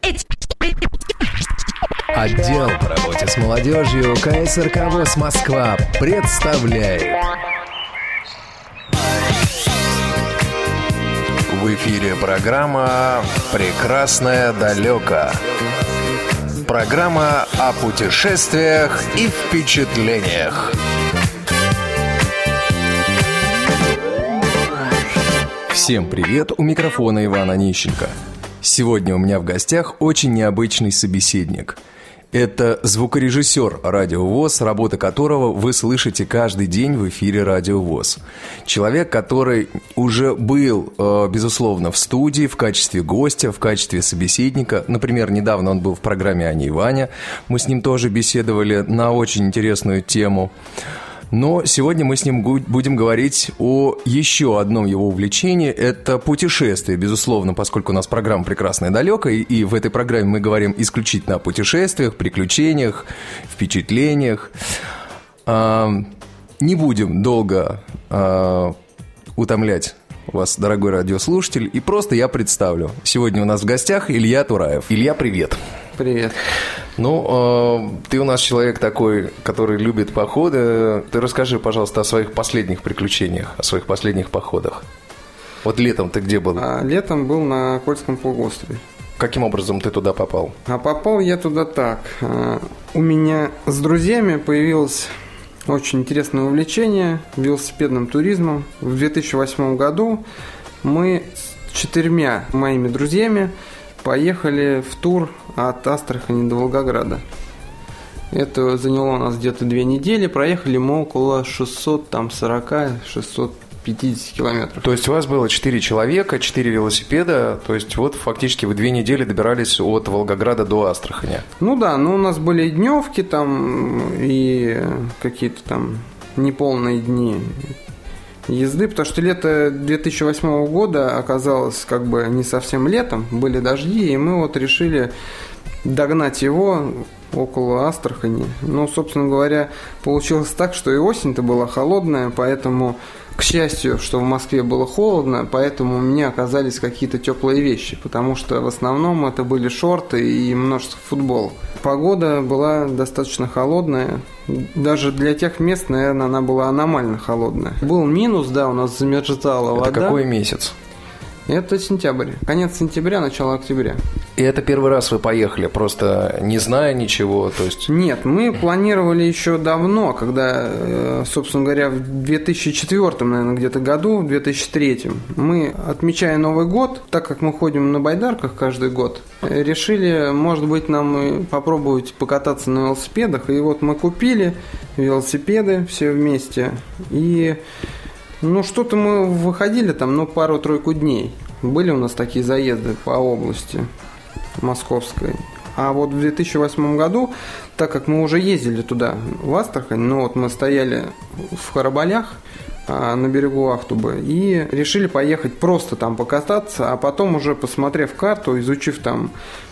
Отдел по работе с молодежью КСРК ВОС Москва представляет. В эфире программа «Прекрасное далеко». Программа о путешествиях и впечатлениях. Всем привет, у микрофона Иван Онищенко. Сегодня у меня в гостях очень необычный собеседник. Это звукорежиссер Радио ВОС, работа которого вы слышите каждый день в эфире Радио ВОС. Человек, который уже был, безусловно, в студии в качестве гостя, в качестве собеседника. Например, недавно он был в программе «Аня и Ваня». Мы с ним тоже беседовали на очень интересную тему. Но сегодня мы с ним будем говорить о еще одном его увлечении. Это путешествие, безусловно, поскольку у нас программа «Прекрасное далеко», и в этой программе мы говорим исключительно о путешествиях, приключениях, впечатлениях. Не будем долго утомлять вас, дорогой радиослушатель, и просто я представлю. Сегодня у нас в гостях Илья Тураев. Илья, привет. Привет. Ну, ты у нас человек такой, который любит походы. Ты расскажи, пожалуйста, о своих последних приключениях, о своих последних походах. Вот летом ты где был? Летом был на Кольском полуострове. Каким образом ты туда попал? Попал я туда так. У меня с друзьями появилось очень интересное увлечение велосипедным туризмом. В 2008 году мы с 4 моими друзьями поехали в тур от Астрахани до Волгограда. Это заняло у нас где-то 2 недели. Проехали мы около 640-650 километров. То есть у вас было 4 человека, 4 велосипеда. То есть вот фактически вы 2 недели добирались от Волгограда до Астрахани. Ну да, но у нас были и дневки там, и какие-то там неполные дни езды, потому что лето 2008 года оказалось как бы не совсем летом, были дожди, и мы вот решили догнать его около Астрахани. Но, собственно говоря, получилось так, что и осень-то была холодная, поэтому, к счастью, что в Москве было холодно, поэтому у меня оказались какие-то теплые вещи, потому что в основном это были шорты и множество футболок. Погода была достаточно холодная, даже для тех мест, наверное, она была аномально холодная. Был минус, да, у нас замерзала вода. Это какой месяц? Это сентябрь. Конец сентября, начало октября. И это первый раз вы поехали, просто не зная ничего, то есть... Нет, мы планировали еще давно, когда, собственно говоря, в 2004, наверное, где-то году, в 2003, мы, отмечая Новый год, так как мы ходим на байдарках каждый год, решили, может быть, нам попробовать покататься на велосипедах. И вот мы купили велосипеды все вместе, и... Ну, что-то мы выходили там, пару-тройку дней. Были у нас такие заезды по области московской. А вот в 2008 году, так как мы уже ездили туда, в Астрахань, мы стояли в Харабалях на берегу Ахтубы и решили поехать просто там покататься, а потом уже, посмотрев карту, изучив там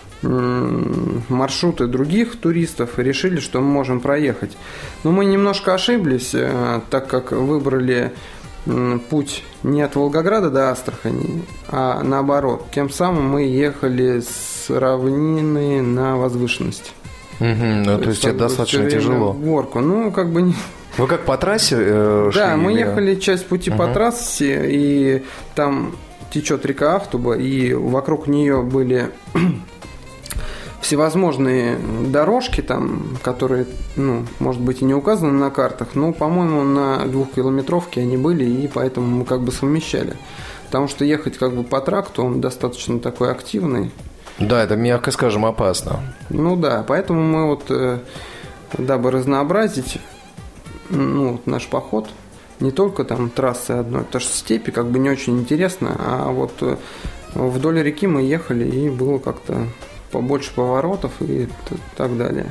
маршруты других туристов, решили, что мы можем проехать. Но мы немножко ошиблись, так как выбрали путь не от Волгограда до Астрахани, а наоборот. Тем самым мы ехали с равнины на возвышенность. То есть это достаточно тяжело. Горку. Вы как по трассе шли? Да, мы ехали часть пути по трассе, и там течет река Ахтуба, и вокруг нее были всевозможные дорожки, там, которые, может быть, и не указаны на картах, но, по-моему, на 2-километровке они были, и поэтому мы как бы совмещали. Потому что ехать как бы по тракту, он достаточно такой активный. Да, это, мягко скажем, опасно. Ну да, поэтому мы дабы разнообразить наш поход, не только там трассы одной, потому что степи как бы не очень интересно, а вот вдоль реки мы ехали, и было как-то побольше поворотов и так далее.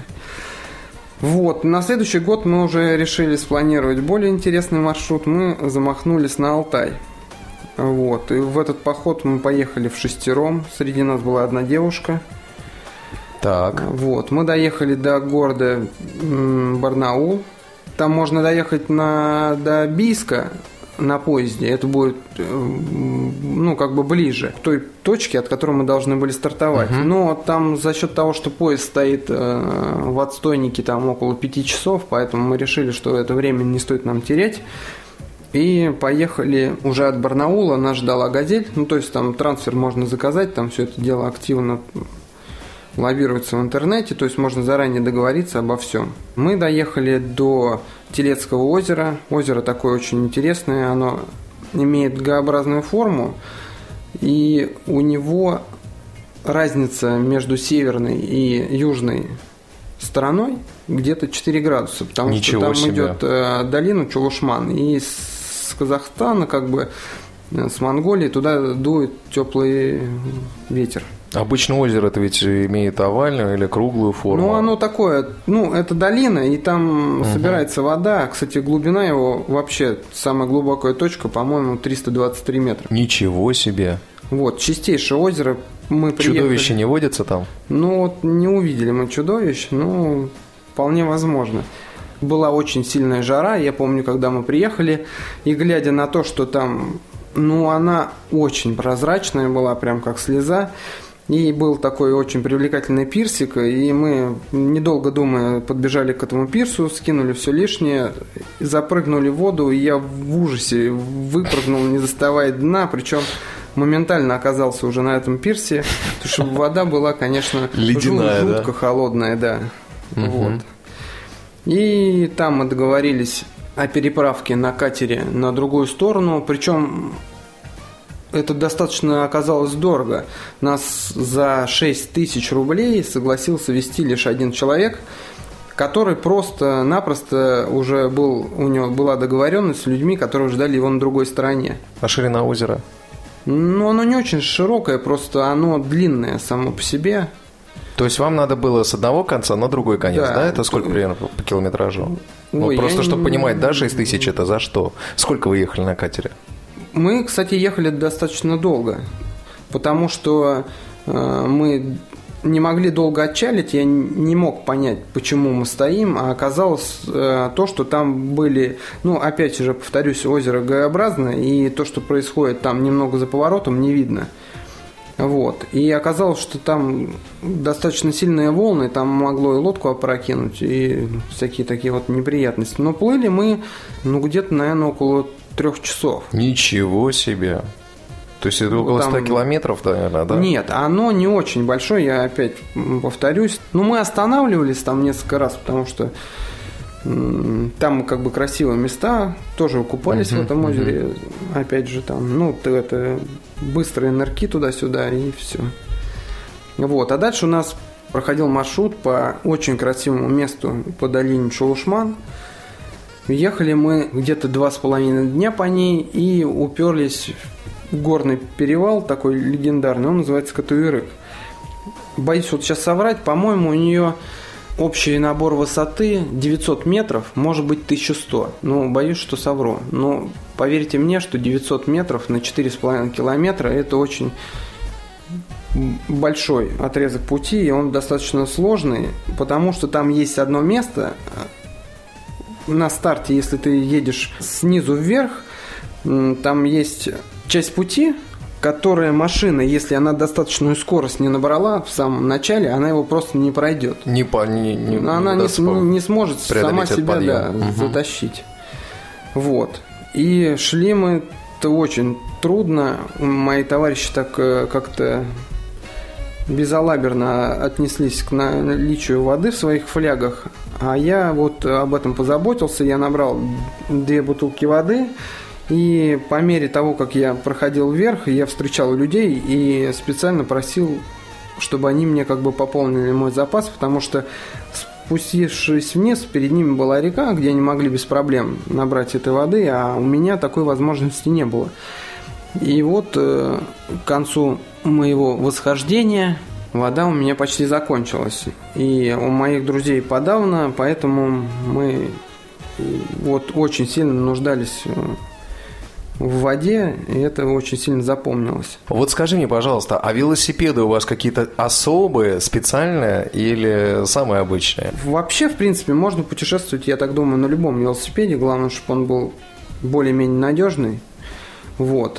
Вот, на следующий год мы уже решили спланировать более интересный маршрут. Мы замахнулись на Алтай. Вот, и в этот поход мы поехали вшестером. Среди нас была одна девушка. Так. Вот, мы доехали до города Барнаул. Там можно доехать до Бийска, на поезде. Это будет, ближе к той точке, от которой мы должны были стартовать. Но там за счет того, что поезд стоит в отстойнике там около 5 часов, поэтому мы решили, что это время не стоит нам терять. И поехали уже от Барнаула, нас ждала «Газель». То есть там трансфер можно заказать, там все это дело активно лоббируется в интернете, то есть можно заранее договориться обо всем. Мы доехали до Телецкого озера. Озеро такое очень интересное, оно имеет Г-образную форму, и у него разница между северной и южной стороной где-то 4 градуса, потому Ничего что там себе. идет долина Чулушман, и с Казахстана, с Монголии туда дует теплый ветер. Обычно озеро это ведь имеет овальную или круглую форму. Оно такое, это долина, и там собирается вода. Кстати, глубина его вообще, самая глубокая точка, по-моему, 323 метра. Ничего себе. Чистейшее озеро. Мы приехали. Чудовища не водятся там? Не увидели мы чудовищ, вполне возможно. Была очень сильная жара, я помню, когда мы приехали, и глядя на то, что там, она очень прозрачная была, прям как слеза. И был такой очень привлекательный пирсик, и мы, недолго думая, подбежали к этому пирсу, скинули все лишнее, запрыгнули в воду, и я в ужасе выпрыгнул, не заставая дна, причем моментально оказался уже на этом пирсе, потому что вода была, конечно, ледяная, жутко холодная, да. И там мы договорились о переправке на катере на другую сторону, причем это достаточно оказалось дорого. Нас за 6 тысяч рублей согласился везти лишь один человек, который просто-напросто уже у него была договоренность с людьми, которые ждали его на другой стороне. А ширина озера? Оно не очень широкое, просто оно длинное само по себе. То есть вам надо было с одного конца на другой конец, да? Это сколько примерно по километражу? Просто чтобы понимать, 6 тысяч это за что? Сколько вы ехали на катере? Мы, кстати, ехали достаточно долго, потому что мы не могли долго отчалить, я не мог понять, почему мы стоим, а оказалось то, что там были, опять же, повторюсь, озеро Г-образное, и то, что происходит там немного за поворотом, не видно. И оказалось, что там достаточно сильные волны, там могло и лодку опрокинуть, и всякие такие неприятности. Но плыли мы, где-то, наверное, около 3 часов. Ничего себе! То есть это около 100 километров, наверное, да? Нет, оно не очень большое, я опять повторюсь. Мы останавливались там несколько раз, потому что там красивые места, тоже купались в этом озере. Опять же там, это быстрые нырки туда-сюда и все. А дальше у нас проходил маршрут по очень красивому месту по долине Чулушман. Ехали мы где-то 2,5 дня по ней и уперлись в горный перевал, такой легендарный, он называется Катуирык. Боюсь сейчас соврать, по-моему, у нее общий набор высоты 900 метров, может быть 1100. Боюсь, что совру. Но поверьте мне, что 900 метров на 4,5 километра – это очень большой отрезок пути, и он достаточно сложный, потому что там есть одно место – на старте, если ты едешь снизу вверх, там есть часть пути, которая машина, если она достаточную скорость не набрала в самом начале, она его просто не пройдет. Она не сможет сама себя затащить. И шли мы-то очень трудно. Мои товарищи так как-то безалаберно отнеслись к наличию воды в своих флягах, а я об этом позаботился, я набрал 2 бутылки воды, и по мере того, как я проходил вверх, я встречал людей и специально просил, чтобы они мне пополнили мой запас, потому что, спустившись вниз, перед ними была река, где они могли без проблем набрать этой воды, а у меня такой возможности не было. И к концу моего восхождения вода у меня почти закончилась. И у моих друзей подавно, поэтому мы очень сильно нуждались в воде, и это очень сильно запомнилось. Скажи мне, пожалуйста, а велосипеды у вас какие-то особые, специальные или самые обычные? Вообще, в принципе, можно путешествовать, я так думаю, на любом велосипеде. Главное, чтобы он был более-менее надежный. Вот.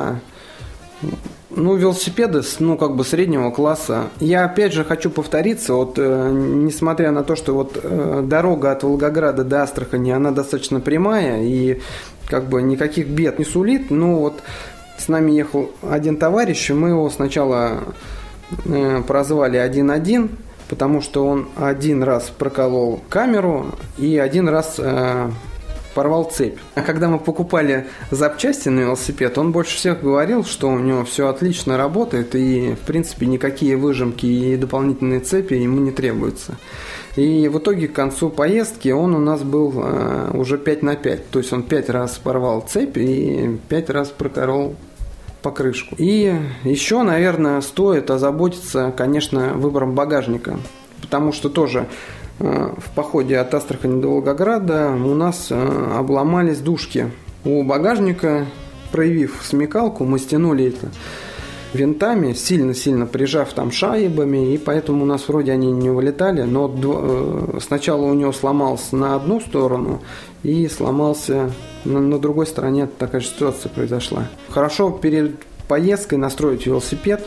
Велосипеды, среднего класса. Я опять же хочу повториться, несмотря на то, что дорога от Волгограда до Астрахани, она достаточно прямая и никаких бед не сулит, с нами ехал один товарищ, и мы его сначала прозвали 1-1, потому что он один раз проколол камеру и один раз порвал цепь. А когда мы покупали запчасти на велосипед, он больше всех говорил, что у него все отлично работает и, в принципе, никакие выжимки и дополнительные цепи ему не требуются. И в итоге к концу поездки он у нас был уже 5/5. То есть он 5 раз порвал цепь и 5 раз проколол покрышку. И еще, наверное, стоит озаботиться, конечно, выбором багажника. Потому что тоже в походе от Астрахани до Волгограда у нас обломались дужки у багажника. Проявив смекалку, мы стянули это винтами, сильно-сильно прижав там шайбами, и поэтому у нас вроде они не вылетали, но сначала у него сломался на одну сторону и сломался на другой стороне. Такая же ситуация произошла. Хорошо перед поездкой настроить велосипед,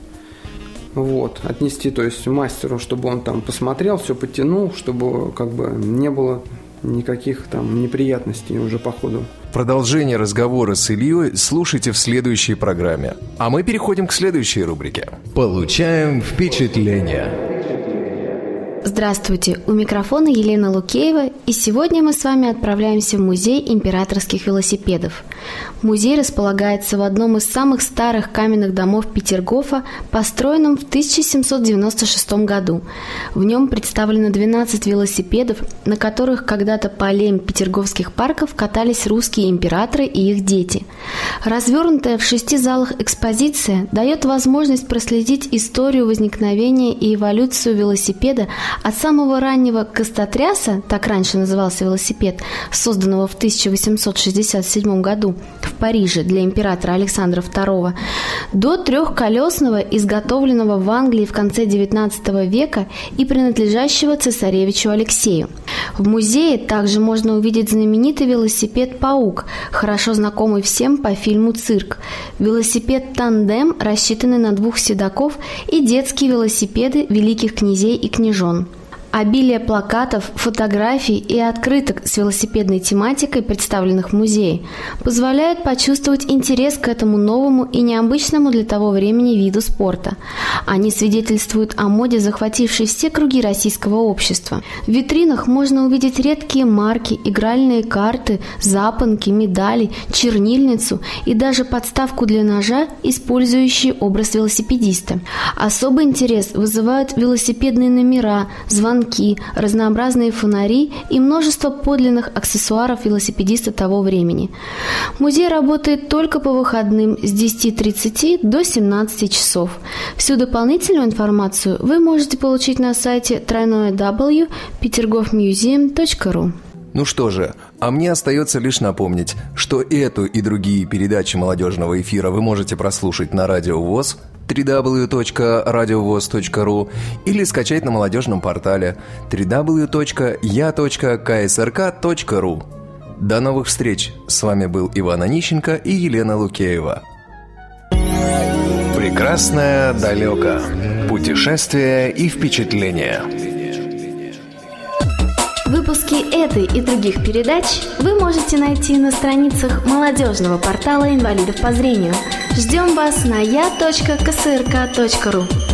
отнести, то есть мастеру, чтобы он там посмотрел, все подтянул, чтобы не было никаких там неприятностей уже по ходу. Продолжение разговора с Ильей слушайте в следующей программе. А мы переходим к следующей рубрике. Получаем впечатление. Здравствуйте, у микрофона Елена Лукеева, и сегодня мы с вами отправляемся в музей императорских велосипедов. Музей располагается в одном из самых старых каменных домов Петергофа, построенном в 1796 году. В нем представлено 12 велосипедов, на которых когда-то по аллеям петерговских парков катались русские императоры и их дети. Развернутая в 6 залах экспозиция дает возможность проследить историю возникновения и эволюцию велосипеда от самого раннего костотряса, так раньше назывался велосипед, созданного в 1867 году в Париже для императора Александра II, до трехколесного, изготовленного в Англии в конце XIX века и принадлежащего цесаревичу Алексею. В музее также можно увидеть знаменитый велосипед «Паук», хорошо знакомый всем по фильму «Цирк», велосипед «Тандем», рассчитанный на 2 седаков, и детские велосипеды великих князей и княжон. Обилие плакатов, фотографий и открыток с велосипедной тематикой, представленных в музее, позволяет почувствовать интерес к этому новому и необычному для того времени виду спорта. Они свидетельствуют о моде, захватившей все круги российского общества. В витринах можно увидеть редкие марки, игральные карты, запонки, медали, чернильницу и даже подставку для ножа, использующие образ велосипедиста. Особый интерес вызывают велосипедные номера, звонки, разнообразные фонари и множество подлинных аксессуаров велосипедиста того времени. Музей работает только по выходным с 10:30 до 17 часов. Всю дополнительную информацию вы можете получить на сайте www.petergofmuseum.ru. Ну что же, а мне остается лишь напомнить, что эту и другие передачи молодежного эфира вы можете прослушать на Радио ВОС, www.radiovoz.ru, или скачать на молодежном портале www.ya.ksrk.ru. До новых встреч! С вами был Иван Онищенко и Елена Лукеева. Прекрасное далеко. Путешествия и впечатления. Выпуски этой и других передач вы можете найти на страницах молодежного портала инвалидов по зрению. Ждем вас на ya.ksrk.ru.